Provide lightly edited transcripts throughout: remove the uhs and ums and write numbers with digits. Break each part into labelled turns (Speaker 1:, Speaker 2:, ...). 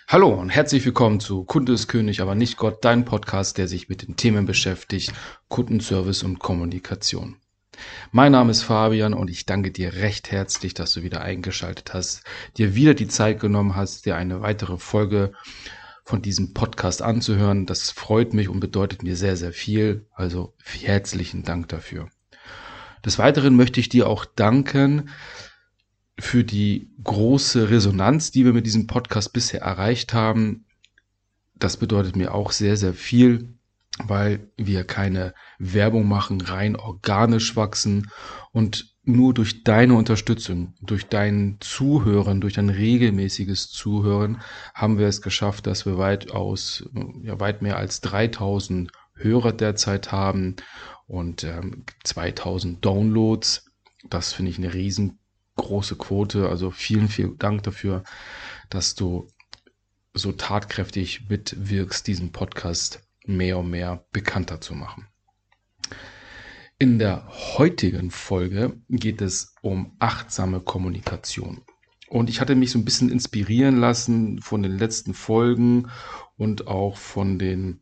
Speaker 1: Hallo und herzlich willkommen zu Kunde ist König, aber nicht Gott, dein Podcast, der sich mit den Themen beschäftigt, Kundenservice und Kommunikation. Mein Name ist Fabian und ich danke dir recht herzlich, dass du wieder eingeschaltet hast, dir wieder die Zeit genommen hast, dir eine weitere Folge von diesem Podcast anzuhören. Das freut mich und bedeutet mir sehr, sehr viel. Also herzlichen Dank dafür. Des Weiteren möchte ich dir auch danken für die große Resonanz, die wir mit diesem Podcast bisher erreicht haben. Das bedeutet mir auch sehr, sehr viel, weil wir keine Werbung machen, rein organisch wachsen und nur durch deine Unterstützung, durch dein Zuhören, durch ein regelmäßiges Zuhören haben wir es geschafft, dass wir weit mehr als 3000 Hörer derzeit haben und 2000 Downloads. Das finde ich eine riesengroße Quote. Also vielen, vielen Dank dafür, dass du so tatkräftig mitwirkst, diesen Podcast mehr und mehr bekannter zu machen. In der heutigen Folge geht es um achtsame Kommunikation. Und ich hatte mich so ein bisschen inspirieren lassen von den letzten Folgen und auch von den,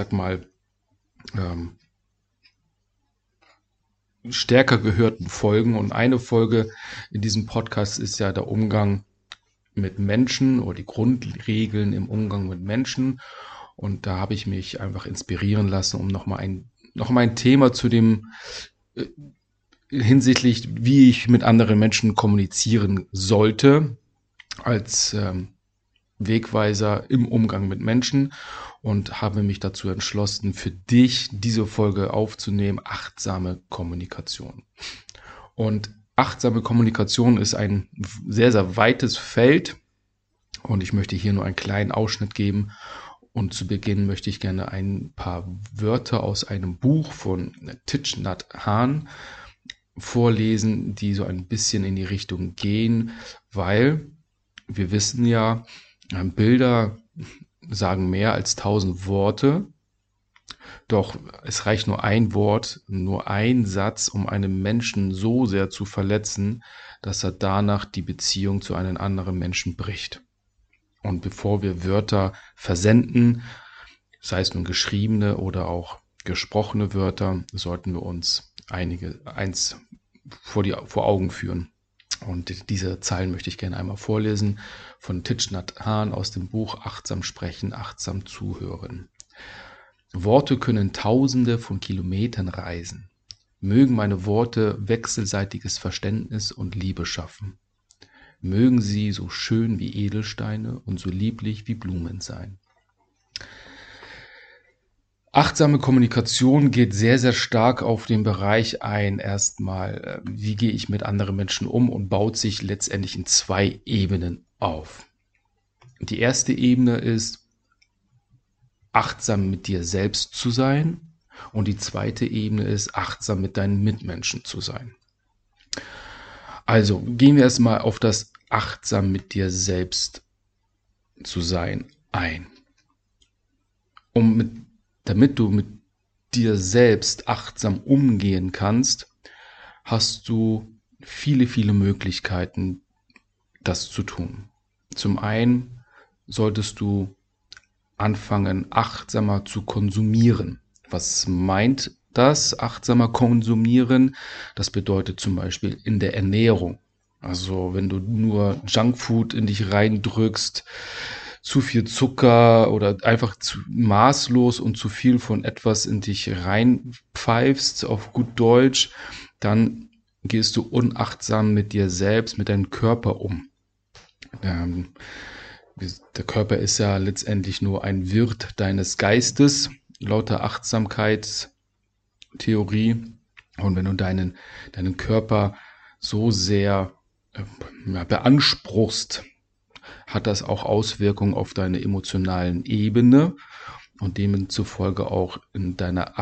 Speaker 1: stärker gehörten Folgen. Und eine Folge in diesem Podcast ist ja der Umgang mit Menschen oder die Grundregeln im Umgang mit Menschen. Und da habe ich mich einfach inspirieren lassen, um nochmal ein Thema zu dem hinsichtlich, wie ich mit anderen Menschen kommunizieren sollte, als Wegweiser im Umgang mit Menschen, und habe mich dazu entschlossen, für dich diese Folge aufzunehmen, achtsame Kommunikation. Und achtsame Kommunikation ist ein sehr, sehr weites Feld und ich möchte hier nur einen kleinen Ausschnitt geben. Und zu Beginn möchte ich gerne ein paar Wörter aus einem Buch von Thich Nhat Hanh vorlesen, die so ein bisschen in die Richtung gehen, weil wir wissen ja, Bilder sagen mehr als 1000 Worte. Doch es reicht nur ein Wort, nur ein Satz, um einen Menschen so sehr zu verletzen, dass er danach die Beziehung zu einem anderen Menschen bricht. Und bevor wir Wörter versenden, sei es nun geschriebene oder auch gesprochene Wörter, sollten wir uns eins vor Augen führen. Und diese Zeilen möchte ich gerne einmal vorlesen von Thich Nhat Hanh aus dem Buch Achtsam sprechen, achtsam zuhören. Worte können Tausende von Kilometern reisen. Mögen meine Worte wechselseitiges Verständnis und Liebe schaffen. Mögen sie so schön wie Edelsteine und so lieblich wie Blumen sein. Achtsame Kommunikation geht sehr, sehr stark auf den Bereich ein. Erstmal, wie gehe ich mit anderen Menschen um, und baut sich letztendlich in 2 Ebenen auf. Die erste Ebene ist, achtsam mit dir selbst zu sein. Und die zweite Ebene ist, achtsam mit deinen Mitmenschen zu sein. Also gehen wir erstmal auf das achtsam mit dir selbst zu sein ein. Damit du mit dir selbst achtsam umgehen kannst, hast du viele, viele Möglichkeiten, das zu tun. Zum einen solltest du anfangen, achtsamer zu konsumieren. Was meint das, achtsamer konsumieren? Das bedeutet zum Beispiel in der Ernährung. Also wenn du nur Junkfood in dich reindrückst, zu viel Zucker oder einfach maßlos und zu viel von etwas in dich reinpfeifst, auf gut Deutsch, dann gehst du unachtsam mit dir selbst, mit deinem Körper um. Der Körper ist ja letztendlich nur ein Wirt deines Geistes, laut der Achtsamkeitstheorie. Und wenn du deinen Körper so sehr beanspruchst, hat das auch Auswirkungen auf deine emotionalen Ebene und demzufolge auch in deiner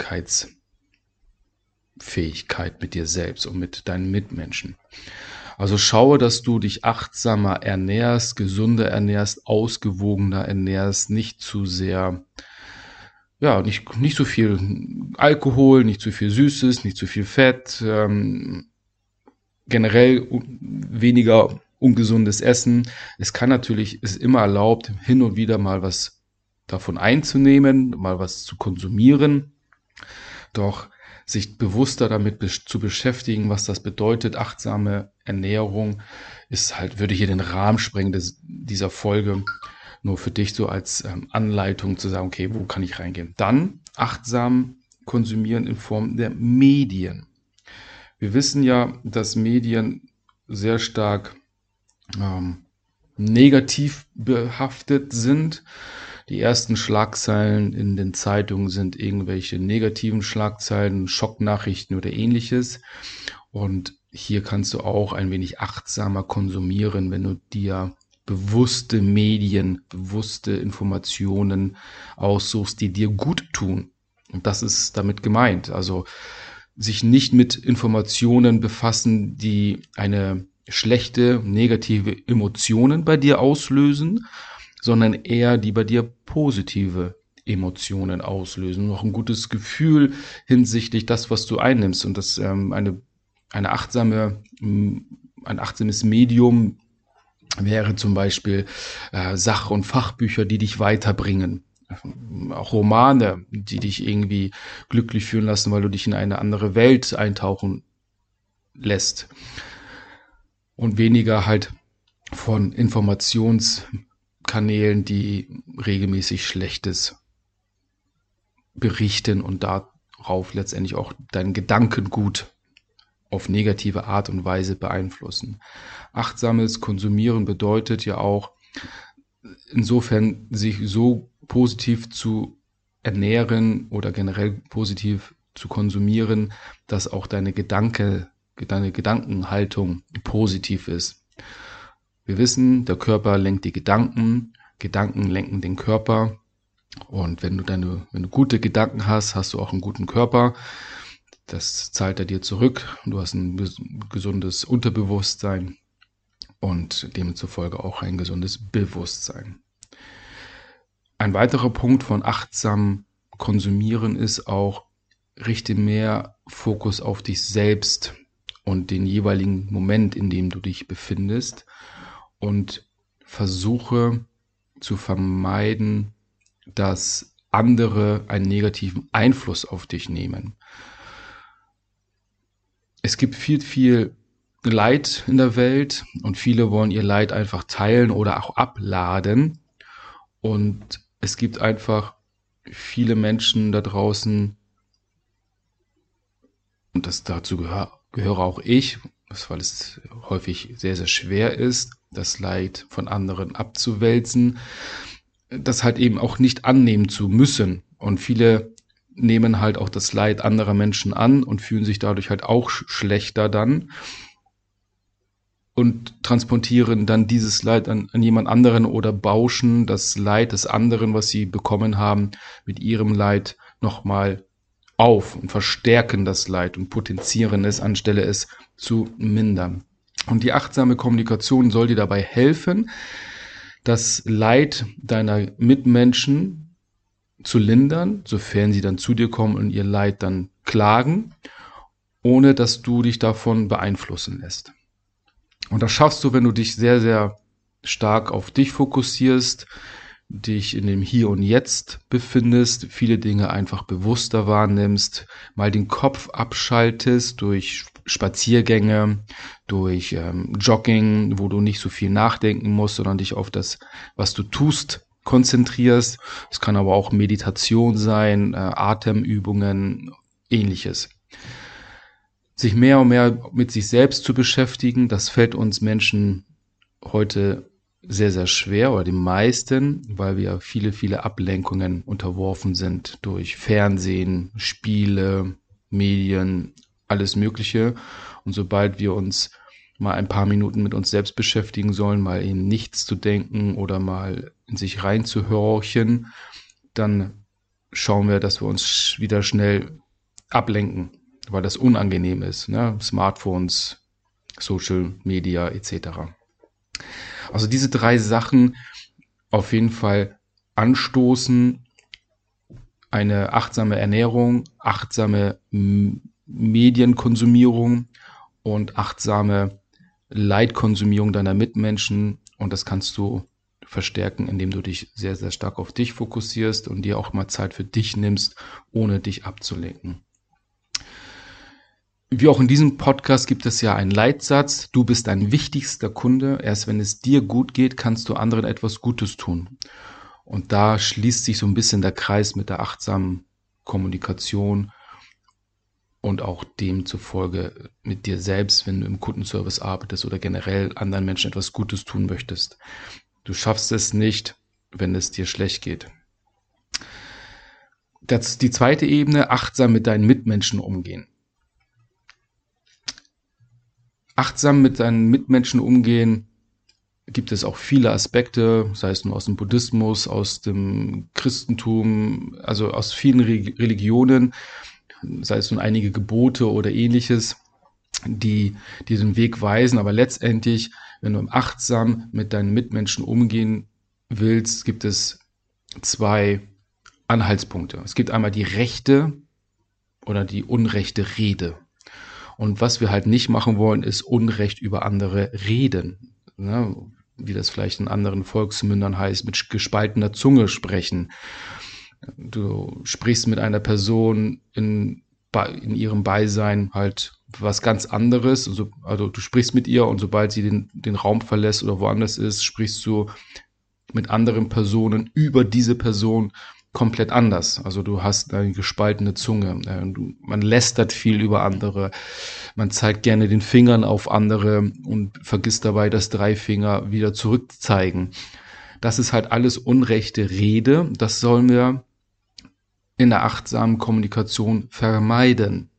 Speaker 1: Achtsamkeitsfähigkeit mit dir selbst und mit deinen Mitmenschen. Also schaue, dass du dich achtsamer ernährst, gesünder ernährst, ausgewogener ernährst, nicht zu sehr, nicht so viel Alkohol, nicht zu viel Süßes, nicht zu viel Fett, generell weniger ungesundes Essen. Es ist immer erlaubt, hin und wieder mal was davon einzunehmen, mal was zu konsumieren. Doch sich bewusster damit zu beschäftigen, was das bedeutet, achtsame Ernährung, würde hier den Rahmen sprengen dieser Folge. Nur für dich so als Anleitung zu sagen, okay, wo kann ich reingehen? Dann achtsam konsumieren in Form der Medien. Wir wissen ja, dass Medien sehr stark negativ behaftet sind. Die ersten Schlagzeilen in den Zeitungen sind irgendwelche negativen Schlagzeilen, Schocknachrichten oder ähnliches. Und hier kannst du auch ein wenig achtsamer konsumieren, wenn du dir bewusste Medien, bewusste Informationen aussuchst, die dir gut tun. Und das ist damit gemeint. Also sich nicht mit Informationen befassen, die eine schlechte, negative Emotionen bei dir auslösen, sondern eher die bei dir positive Emotionen auslösen. Noch ein gutes Gefühl hinsichtlich das, was du einnimmst. Und das ein achtsames Medium wäre zum Beispiel Sach- und Fachbücher, die dich weiterbringen. Auch Romane, die dich irgendwie glücklich fühlen lassen, weil du dich in eine andere Welt eintauchen lässt. Und weniger halt von Informationskanälen, die regelmäßig Schlechtes berichten und darauf letztendlich auch dein Gedankengut auf negative Art und Weise beeinflussen. Achtsames Konsumieren bedeutet ja auch, insofern sich so positiv zu ernähren oder generell positiv zu konsumieren, dass auch deine Gedankenhaltung positiv ist. Wir wissen, der Körper lenkt die Gedanken, Gedanken lenken den Körper. Und wenn du gute Gedanken hast, hast du auch einen guten Körper. Das zahlt er dir zurück. Du hast ein gesundes Unterbewusstsein und demzufolge auch ein gesundes Bewusstsein. Ein weiterer Punkt von achtsam konsumieren ist auch, richte mehr Fokus auf dich selbst und den jeweiligen Moment, in dem du dich befindest, und versuche zu vermeiden, dass andere einen negativen Einfluss auf dich nehmen. Es gibt viel Leid in der Welt und viele wollen ihr Leid einfach teilen oder auch abladen. Und es gibt einfach viele Menschen da draußen, und dazu gehöre auch ich, weil es häufig sehr, sehr schwer ist, das Leid von anderen abzuwälzen, das halt eben auch nicht annehmen zu müssen. Und viele nehmen halt auch das Leid anderer Menschen an und fühlen sich dadurch halt auch schlechter dann und transportieren dann dieses Leid an jemand anderen oder bauschen das Leid des anderen, was sie bekommen haben, mit ihrem Leid nochmal auf und verstärken das Leid und potenzieren es, anstelle es zu mindern. Und die achtsame Kommunikation soll dir dabei helfen, das Leid deiner Mitmenschen zu lindern, sofern sie dann zu dir kommen und ihr Leid dann klagen, ohne dass du dich davon beeinflussen lässt. Und das schaffst du, wenn du dich sehr, sehr stark auf dich fokussierst, dich in dem Hier und Jetzt befindest, viele Dinge einfach bewusster wahrnimmst, mal den Kopf abschaltest durch Spaziergänge, durch Jogging, wo du nicht so viel nachdenken musst, sondern dich auf das, was du tust, konzentrierst. Es kann aber auch Meditation sein, Atemübungen, ähnliches. Sich mehr und mehr mit sich selbst zu beschäftigen, das fällt uns Menschen heute sehr, sehr schwer, oder den meisten, weil wir viele Ablenkungen unterworfen sind durch Fernsehen, Spiele, Medien, alles Mögliche. Und sobald wir uns mal ein paar Minuten mit uns selbst beschäftigen sollen, mal in nichts zu denken oder mal in sich reinzuhorchen, dann schauen wir, dass wir uns wieder schnell ablenken, weil das unangenehm ist, ne? Smartphones, Social Media etc. Also diese 3 Sachen auf jeden Fall anstoßen: eine achtsame Ernährung, achtsame Medienkonsumierung und achtsame Leitkonsumierung deiner Mitmenschen, und das kannst du verstärken, indem du dich sehr, sehr stark auf dich fokussierst und dir auch mal Zeit für dich nimmst, ohne dich abzulenken. Wie auch in diesem Podcast gibt es ja einen Leitsatz: Du bist dein wichtigster Kunde. Erst wenn es dir gut geht, kannst du anderen etwas Gutes tun. Und da schließt sich so ein bisschen der Kreis mit der achtsamen Kommunikation und auch demzufolge mit dir selbst, wenn du im Kundenservice arbeitest oder generell anderen Menschen etwas Gutes tun möchtest. Du schaffst es nicht, wenn es dir schlecht geht. Die zweite Ebene: achtsam mit deinen Mitmenschen umgehen. Achtsam mit deinen Mitmenschen umgehen gibt es auch viele Aspekte, sei es nur aus dem Buddhismus, aus dem Christentum, also aus vielen Religionen, sei es nun einige Gebote oder ähnliches, die den Weg weisen. Aber letztendlich, wenn du achtsam mit deinen Mitmenschen umgehen willst, gibt es 2 Anhaltspunkte. Es gibt einmal die rechte oder die unrechte Rede. Und was wir halt nicht machen wollen, ist Unrecht über andere reden. Ne? Wie das vielleicht in anderen Volksmündern heißt, mit gespaltener Zunge sprechen. Du sprichst mit einer Person in ihrem Beisein halt was ganz anderes. Also du sprichst mit ihr, und sobald sie den Raum verlässt oder woanders ist, sprichst du mit anderen Personen über diese Person komplett anders. Also du hast eine gespaltene Zunge. Man lästert viel über andere. Man zeigt gerne den Fingern auf andere und vergisst dabei, dass 3 Finger wieder zurückzeigen. Das ist halt alles unrechte Rede. Das sollen wir in der achtsamen Kommunikation vermeiden.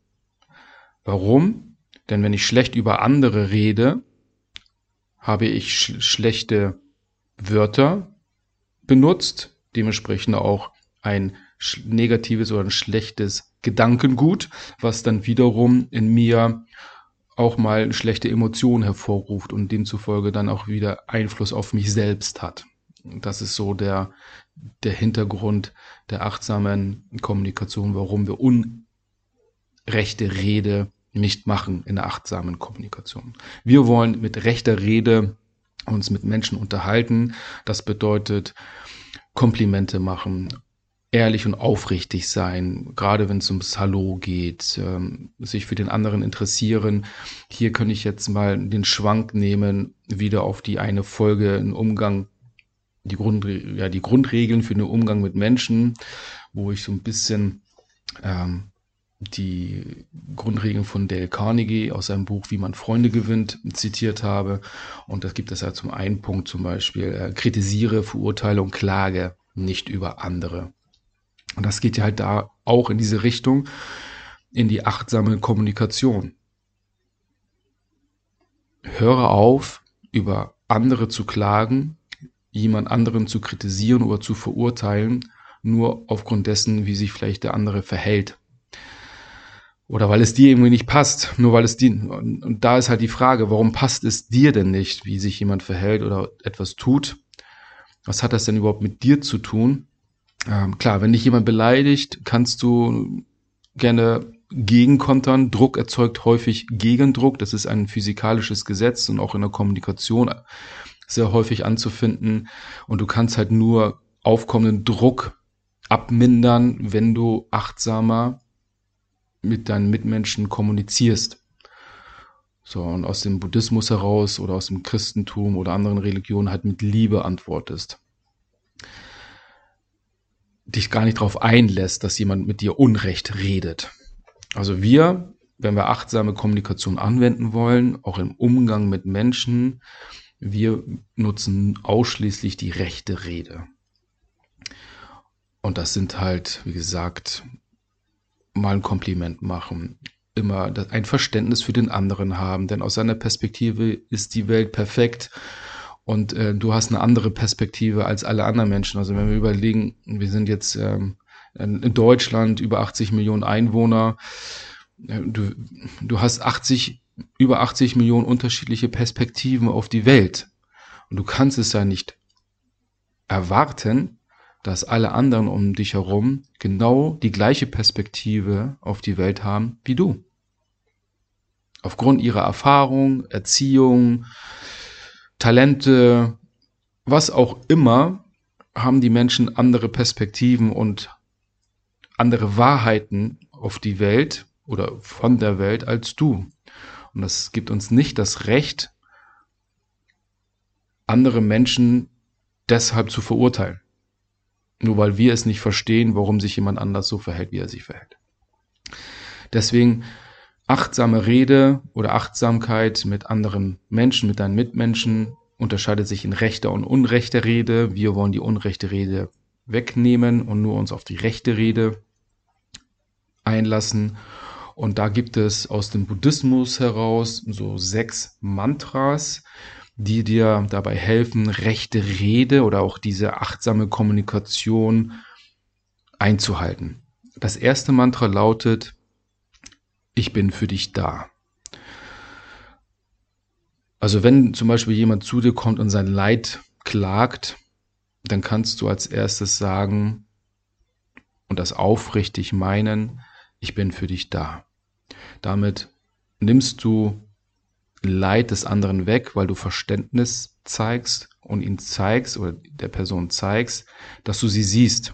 Speaker 1: Warum? Denn wenn ich schlecht über andere rede, habe ich schlechte Wörter benutzt, dementsprechend auch ein negatives oder ein schlechtes Gedankengut, was dann wiederum in mir auch mal schlechte Emotionen hervorruft und demzufolge dann auch wieder Einfluss auf mich selbst hat. Das ist so der Hintergrund der achtsamen Kommunikation, warum wir unrechte Rede nicht machen in der achtsamen Kommunikation. Wir wollen mit rechter Rede uns mit Menschen unterhalten. Das bedeutet Komplimente machen, ehrlich und aufrichtig sein, gerade wenn es ums Hallo geht, sich für den anderen interessieren. Hier kann ich jetzt mal den Schwank nehmen, wieder auf die eine Folge im Umgang, die Grundregeln für den Umgang mit Menschen, wo ich so ein bisschen die Grundregeln von Dale Carnegie aus seinem Buch Wie man Freunde gewinnt zitiert habe. Und das gibt es ja zum einen Punkt zum Beispiel: kritisiere, verurteile und klage nicht über andere. Und das geht ja halt da auch in diese Richtung, in die achtsame Kommunikation. Höre auf, über andere zu klagen, jemand anderen zu kritisieren oder zu verurteilen, nur aufgrund dessen, wie sich vielleicht der andere verhält. Oder weil es dir irgendwie nicht passt, nur weil es dir, und da ist halt die Frage, warum passt es dir denn nicht, wie sich jemand verhält oder etwas tut? Was hat das denn überhaupt mit dir zu tun? Klar, wenn dich jemand beleidigt, kannst du gerne gegenkontern. Druck erzeugt häufig Gegendruck. Das ist ein physikalisches Gesetz und auch in der Kommunikation sehr häufig anzufinden. Und du kannst halt nur aufkommenden Druck abmindern, wenn du achtsamer mit deinen Mitmenschen kommunizierst. So, und aus dem Buddhismus heraus oder aus dem Christentum oder anderen Religionen halt mit Liebe antwortest. Dich gar nicht darauf einlässt, dass jemand mit dir Unrecht redet. Also wir, wenn wir achtsame Kommunikation anwenden wollen, auch im Umgang mit Menschen, wir nutzen ausschließlich die rechte Rede. Und das sind halt, wie gesagt, mal ein Kompliment machen, immer ein Verständnis für den anderen haben, denn aus seiner Perspektive ist die Welt perfekt und du hast eine andere Perspektive als alle anderen Menschen. Also wenn wir überlegen, wir sind jetzt in Deutschland über 80 Millionen Einwohner, du hast über 80 Millionen unterschiedliche Perspektiven auf die Welt und du kannst es ja nicht erwarten, dass alle anderen um dich herum genau die gleiche Perspektive auf die Welt haben wie du. Aufgrund ihrer Erfahrung, Erziehung, Talente, was auch immer, haben die Menschen andere Perspektiven und andere Wahrheiten auf die Welt oder von der Welt als du. Und das gibt uns nicht das Recht, andere Menschen deshalb zu verurteilen. Nur weil wir es nicht verstehen, warum sich jemand anders so verhält, wie er sich verhält. Deswegen achtsame Rede oder Achtsamkeit mit anderen Menschen, mit deinen Mitmenschen, unterscheidet sich in rechter und unrechter Rede. Wir wollen die unrechte Rede wegnehmen und nur uns auf die rechte Rede einlassen. Und da gibt es aus dem Buddhismus heraus so 6 Mantras, die dir dabei helfen, rechte Rede oder auch diese achtsame Kommunikation einzuhalten. Das erste Mantra lautet: Ich bin für dich da. Also wenn zum Beispiel jemand zu dir kommt und sein Leid klagt, dann kannst du als erstes sagen und das aufrichtig meinen: Ich bin für dich da. Damit nimmst du Leid des anderen weg, weil du Verständnis zeigst und ihm zeigst oder der Person zeigst, dass du sie siehst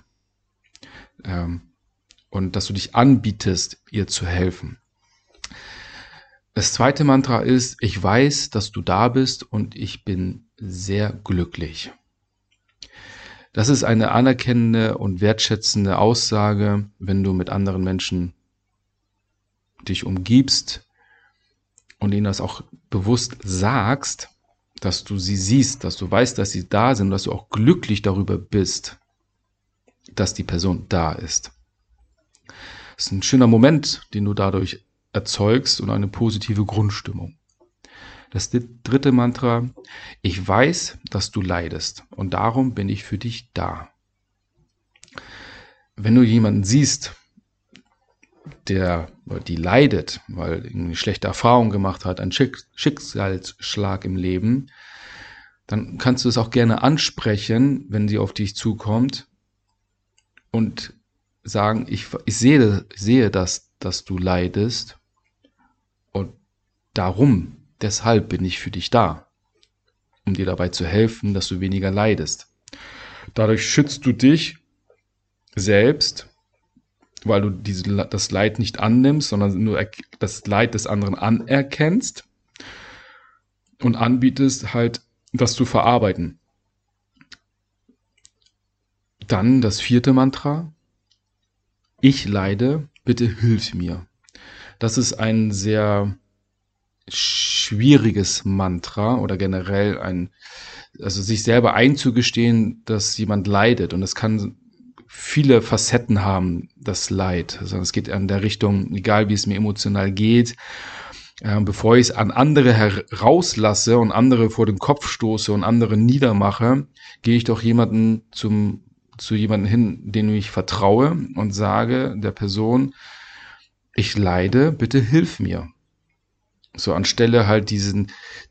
Speaker 1: und dass du dich anbietest, ihr zu helfen. Das zweite Mantra ist: Ich weiß, dass du da bist und ich bin sehr glücklich. Das ist eine anerkennende und wertschätzende Aussage, wenn du mit anderen Menschen dich umgibst und ihnen das auch bewusst sagst, dass du sie siehst, dass du weißt, dass sie da sind und dass du auch glücklich darüber bist, dass die Person da ist. Das ist ein schöner Moment, den du dadurch erzeugst und eine positive Grundstimmung. Das dritte Mantra: Ich weiß, dass du leidest und darum bin ich für dich da. Wenn du jemanden siehst, der oder die leidet, weil eine schlechte Erfahrung gemacht hat, einen Schicksalsschlag im Leben, dann kannst du es auch gerne ansprechen, wenn sie auf dich zukommt und sagen: Ich sehe das, dass du leidest und deshalb bin ich für dich da, um dir dabei zu helfen, dass du weniger leidest. Dadurch schützt du dich selbst, weil du das Leid nicht annimmst, sondern nur das Leid des anderen anerkennst und anbietest halt, das zu verarbeiten. Dann das vierte Mantra: Ich leide, bitte hilf mir. Das ist ein sehr schwieriges Mantra oder generell also sich selber einzugestehen, dass jemand leidet, und es kann viele Facetten haben, das Leid. Also es geht in der Richtung, egal wie es mir emotional geht, bevor ich es an andere herauslasse und andere vor den Kopf stoße und andere niedermache, gehe ich doch zu jemandem hin, dem ich vertraue, und sage der Person: Ich leide, bitte hilf mir. So anstelle halt diesen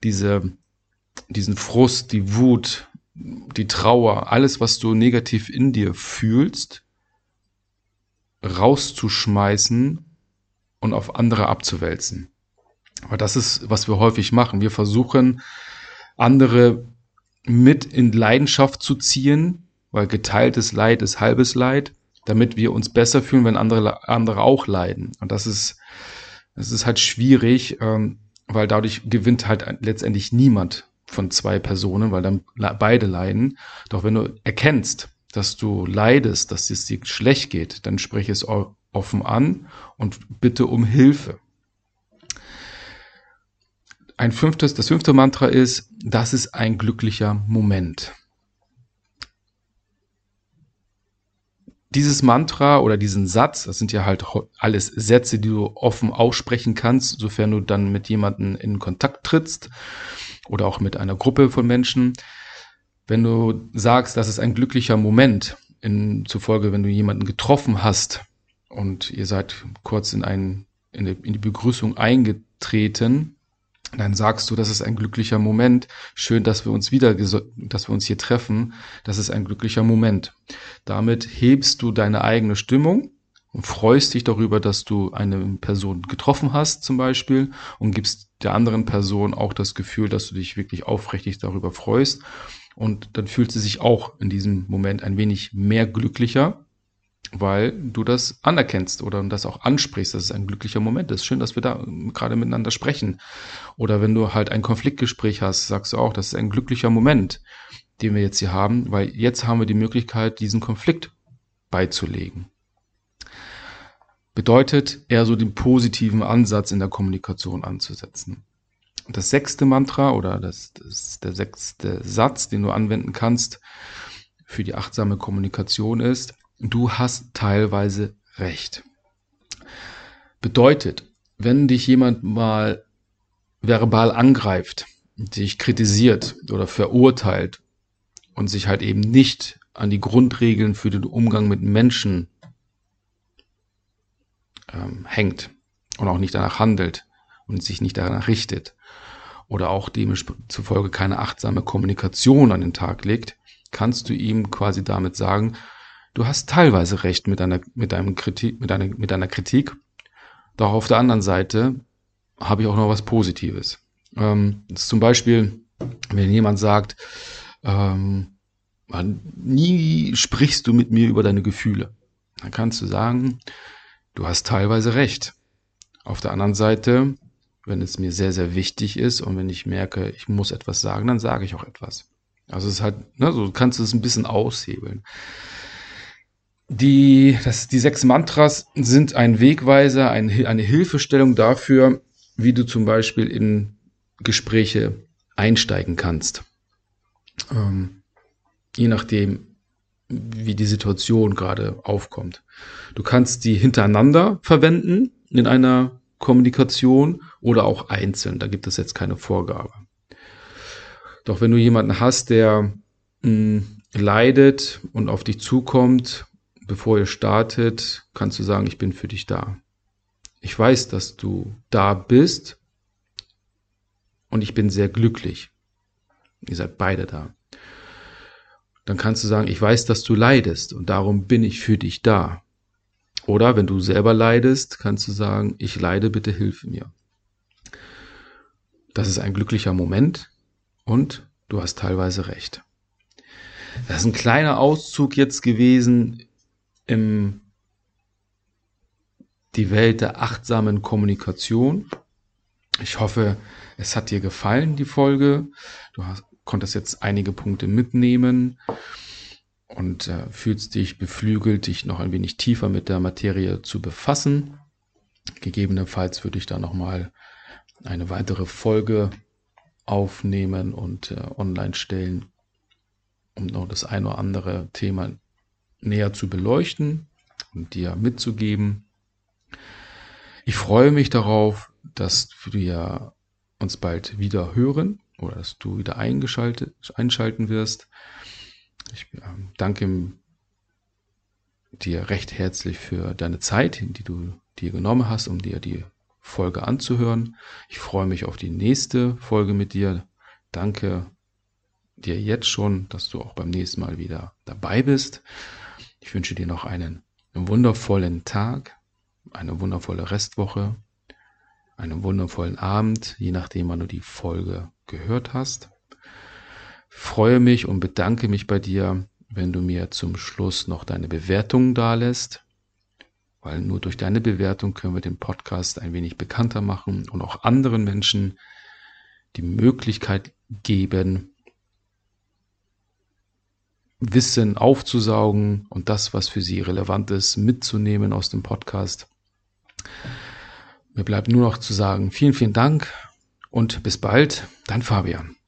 Speaker 1: Frust, die Wut, die Trauer, alles, was du negativ in dir fühlst, rauszuschmeißen und auf andere abzuwälzen. Aber das ist, was wir häufig machen. Wir versuchen, andere mit in Leidenschaft zu ziehen, weil geteiltes Leid ist halbes Leid, damit wir uns besser fühlen, wenn andere auch leiden. Und das ist halt schwierig, weil dadurch gewinnt halt letztendlich niemand von 2 Personen, weil dann beide leiden. Doch wenn du erkennst, dass du leidest, dass es dir schlecht geht, dann spreche es offen an und bitte um Hilfe. Das 5. Mantra ist: Das ist ein glücklicher Moment. Dieses Mantra oder diesen Satz, das sind ja halt alles Sätze, die du offen aussprechen kannst, sofern du dann mit jemandem in Kontakt trittst oder auch mit einer Gruppe von Menschen. Wenn du sagst, das ist ein glücklicher Moment, zufolge, wenn du jemanden getroffen hast und ihr seid kurz in die Begrüßung eingetreten, dann sagst du: Das ist ein glücklicher Moment. Schön, dass wir uns hier treffen. Das ist ein glücklicher Moment. Damit hebst du deine eigene Stimmung und freust dich darüber, dass du eine Person getroffen hast zum Beispiel und gibst der anderen Person auch das Gefühl, dass du dich wirklich aufrichtig darüber freust. Und dann fühlt sie sich auch in diesem Moment ein wenig mehr glücklicher, weil du das anerkennst oder das auch ansprichst, dass es ein glücklicher Moment ist. Schön, dass wir da gerade miteinander sprechen. Oder wenn du halt ein Konfliktgespräch hast, sagst du auch, das ist ein glücklicher Moment, den wir jetzt hier haben, weil jetzt haben wir die Möglichkeit, diesen Konflikt beizulegen. Bedeutet, eher so den positiven Ansatz in der Kommunikation anzusetzen. Das 6. Mantra oder das ist der 6. Satz, den du anwenden kannst für die achtsame Kommunikation ist: Du hast teilweise recht. Bedeutet, wenn dich jemand mal verbal angreift, dich kritisiert oder verurteilt und sich halt eben nicht an die Grundregeln für den Umgang mit Menschen hängt und auch nicht danach handelt und sich nicht danach richtet oder auch demzufolge keine achtsame Kommunikation an den Tag legt, kannst du ihm quasi damit sagen, du hast teilweise recht mit deiner Kritik, doch auf der anderen Seite habe ich auch noch was Positives. Das ist zum Beispiel, wenn jemand sagt, nie sprichst du mit mir über deine Gefühle, dann kannst du sagen, du hast teilweise recht. Auf der anderen Seite, wenn es mir sehr, sehr wichtig ist und wenn ich merke, ich muss etwas sagen, dann sage ich auch etwas. Also es ist halt, so kannst du es ein bisschen aushebeln. Die 6 Mantras sind ein Wegweiser, eine Hilfestellung dafür, wie du zum Beispiel in Gespräche einsteigen kannst. Je nachdem, wie die Situation gerade aufkommt. Du kannst die hintereinander verwenden in einer Kommunikation oder auch einzeln. Da gibt es jetzt keine Vorgabe. Doch wenn du jemanden hast, der leidet und auf dich zukommt, bevor ihr startet, kannst du sagen, ich bin für dich da. Ich weiß, dass du da bist und ich bin sehr glücklich. Ihr seid beide da. Dann kannst du sagen, ich weiß, dass du leidest und darum bin ich für dich da. Oder wenn du selber leidest, kannst du sagen, ich leide, bitte hilf mir. Das ist ein glücklicher Moment und du hast teilweise recht. Das ist ein kleiner Auszug jetzt gewesen in die Welt der achtsamen Kommunikation. Ich hoffe, es hat dir gefallen, die Folge. Du konntest jetzt einige Punkte mitnehmen und fühlst dich beflügelt, dich noch ein wenig tiefer mit der Materie zu befassen. Gegebenenfalls würde ich da nochmal eine weitere Folge aufnehmen und online stellen, um noch das ein oder andere Thema näher zu beleuchten und dir mitzugeben. Ich freue mich darauf, dass wir uns bald wieder hören oder dass du wieder einschalten wirst. Ich danke dir recht herzlich für deine Zeit, die du dir genommen hast, um dir die Folge anzuhören. Ich freue mich auf die nächste Folge mit dir. Danke dir jetzt schon, dass du auch beim nächsten Mal wieder dabei bist. Ich wünsche dir noch einen wundervollen Tag, eine wundervolle Restwoche, einen wundervollen Abend, je nachdem, wann du die Folge gehört hast. Ich freue mich und bedanke mich bei dir, wenn du mir zum Schluss noch deine Bewertung dalässt, weil nur durch deine Bewertung können wir den Podcast ein wenig bekannter machen und auch anderen Menschen die Möglichkeit geben, Wissen aufzusaugen und das, was für sie relevant ist, mitzunehmen aus dem Podcast. Mir bleibt nur noch zu sagen, vielen, vielen Dank und bis bald, dein Fabian.